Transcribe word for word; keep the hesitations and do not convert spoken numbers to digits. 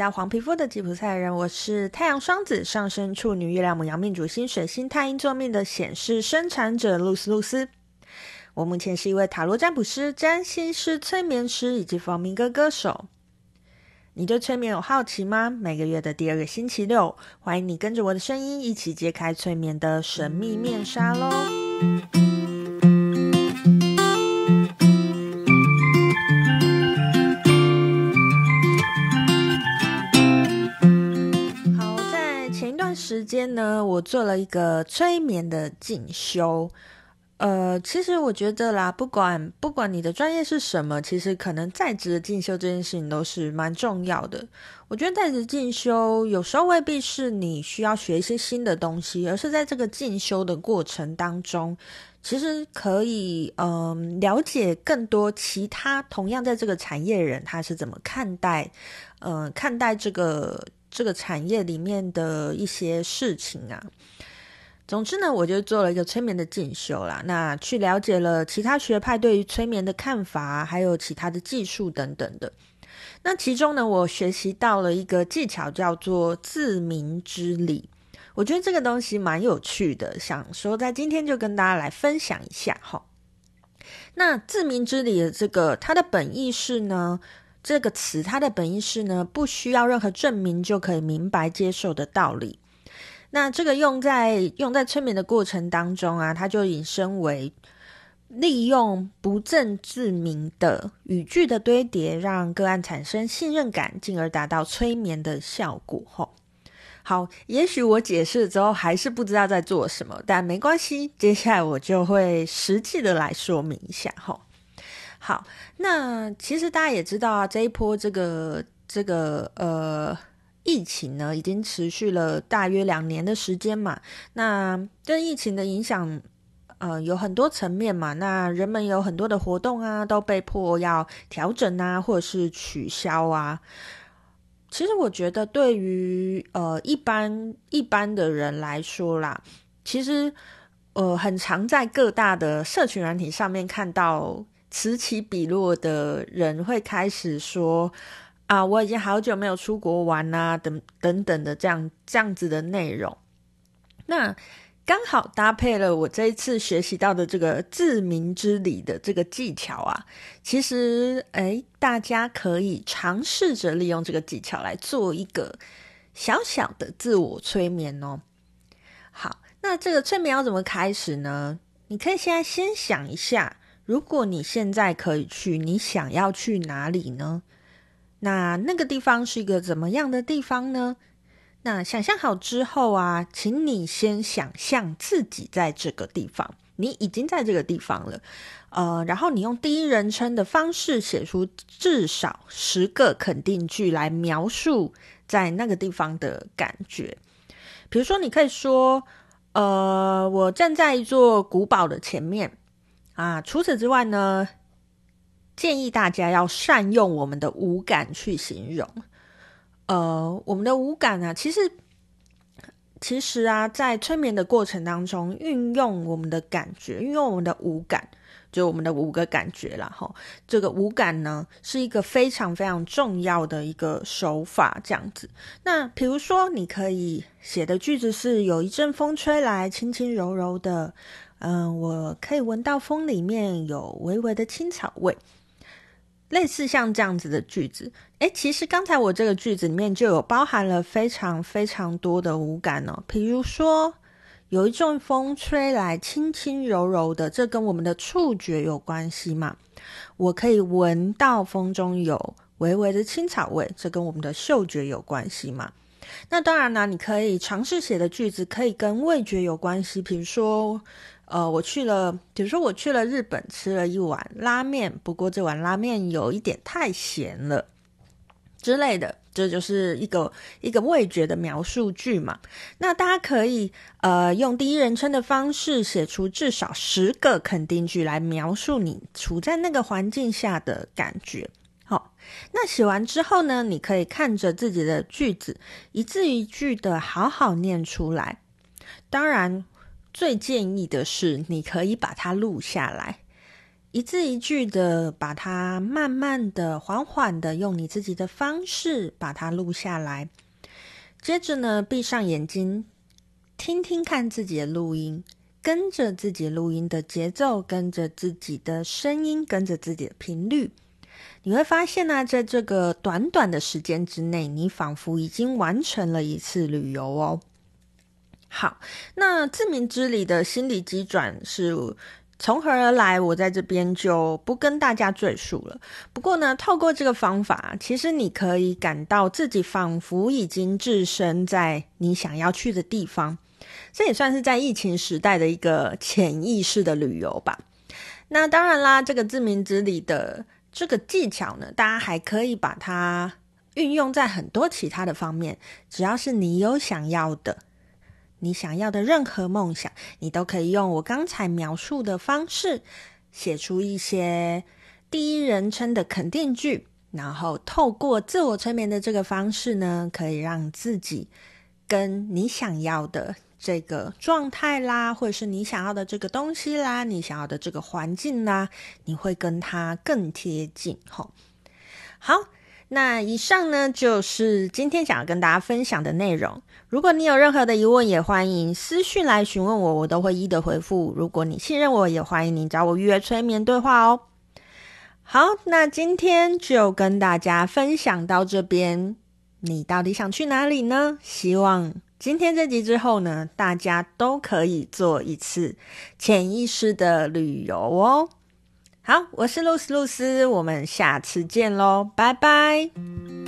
到黄皮肤的吉普赛人，我是太阳双子上升处女月亮牡羊命主星水星太阴座命的显示生产者露丝露丝。我目前是一位塔罗占卜师、占星师、催眠师以及房民歌歌手。你对催眠有好奇吗？每个月的第二个星期六，欢迎你跟着我的声音一起揭开催眠的神秘面纱咯。时间呢，我做了一个催眠的进修。呃，其实我觉得啦，不管不管你的专业是什么，其实可能在职的进修这件事情都是蛮重要的。我觉得在职进修有时候未必是你需要学一些新的东西，而是在这个进修的过程当中，其实可以嗯、呃、了解更多其他同样在这个产业的人他是怎么看待呃看待这个这个产业里面的一些事情啊。总之呢，我就做了一个催眠的进修啦，那去了解了其他学派对于催眠的看法，还有其他的技术等等的。那其中呢，我学习到了一个技巧叫做自明之理，我觉得这个东西蛮有趣的，想说在今天就跟大家来分享一下齁。那自明之理的这个它的本意是呢，这个词它的本意是呢，不需要任何证明就可以明白接受的道理。那这个用在用在催眠的过程当中啊，它就引申为利用不证自明的语句的堆叠，让个案产生信任感，进而达到催眠的效果。好，也许我解释了之后还是不知道在做什么，但没关系，接下来我就会实际的来说明一下。好，那其实大家也知道啊，这一波这个这个呃疫情呢，已经持续了大约两年的时间嘛。那这疫情的影响，呃，有很多层面嘛。那人们有很多的活动啊，都被迫要调整啊，或者是取消啊。其实我觉得，对于呃一般一般的人来说啦，其实呃很常在各大的社群软体上面看到此起彼落的人会开始说啊，我已经好久没有出国玩啊，等等等的这样这样子的内容。那刚好搭配了我这一次学习到的这个自明之理的这个技巧啊，其实诶大家可以尝试着利用这个技巧来做一个小小的自我催眠哦。好，那这个催眠要怎么开始呢？你可以现在先想一下，如果你现在可以去，你想要去哪里呢？那那个地方是一个怎么样的地方呢？那想象好之后啊，请你先想象自己在这个地方，你已经在这个地方了，呃，然后你用第一人称的方式写出至少十个肯定句来描述在那个地方的感觉。比如说，你可以说，呃，我站在一座古堡的前面啊。除此之外呢，建议大家要善用我们的五感去形容。呃，我们的五感啊，其实其实啊，在催眠的过程当中，运用我们的感觉，运用我们的五感，就我们的五个感觉啦齁。这个五感呢，是一个非常非常重要的一个手法，这样子。那比如说，你可以写的句子是：有一阵风吹来，轻轻柔柔的，嗯、呃，我可以闻到风里面有微微的青草味。类似像这样子的句子，诶，其实刚才我这个句子里面就有包含了非常非常多的五感哦。比如说，有一阵风吹来，轻轻柔柔的，这跟我们的触觉有关系嘛。我可以闻到风中有微微的青草味，这跟我们的嗅觉有关系嘛。那当然啦，你可以尝试写的句子可以跟味觉有关系，比如说呃，我去了，比如说我去了日本，吃了一碗拉面，不过这碗拉面有一点太咸了之类的，这就是一个一个味觉的描述句嘛。那大家可以呃用第一人称的方式写出至少十个肯定句来描述你处在那个环境下的感觉。好，那写完之后呢，你可以看着自己的句子，一字一句的好好念出来。当然最建议的是你可以把它录下来， 一字一句的把它慢慢的、缓缓的用你自己的方式把它录下来。接着呢，闭上眼睛，听听看自己的录音，跟着自己录音的节奏，跟着自己的声音，跟着自己的频率，你会发现呢、啊，在这个短短的时间之内，你仿佛已经完成了一次旅游哦。好，那自鸣之理的心理机转是从何而来，我在这边就不跟大家赘述了。不过呢，透过这个方法，其实你可以感到自己仿佛已经置身在你想要去的地方，这也算是在疫情时代的一个潜意识的旅游吧。那当然啦，这个自鸣之理的这个技巧呢，大家还可以把它运用在很多其他的方面，只要是你有想要的，你想要的任何梦想，你都可以用我刚才描述的方式写出一些第一人称的肯定句，然后透过自我催眠的这个方式呢，可以让自己跟你想要的这个状态啦，或者是你想要的这个东西啦，你想要的这个环境啦，你会跟它更贴近。好，那以上呢就是今天想要跟大家分享的内容。如果你有任何的疑问，也欢迎私讯来询问我，我都会一一的回复。如果你信任我，也欢迎你找我预约催眠对话哦。好，那今天就跟大家分享到这边。你到底想去哪里呢？希望今天这集之后呢，大家都可以做一次潜意识的旅游哦。好，我是露丝露丝，我们下次见咯，拜拜。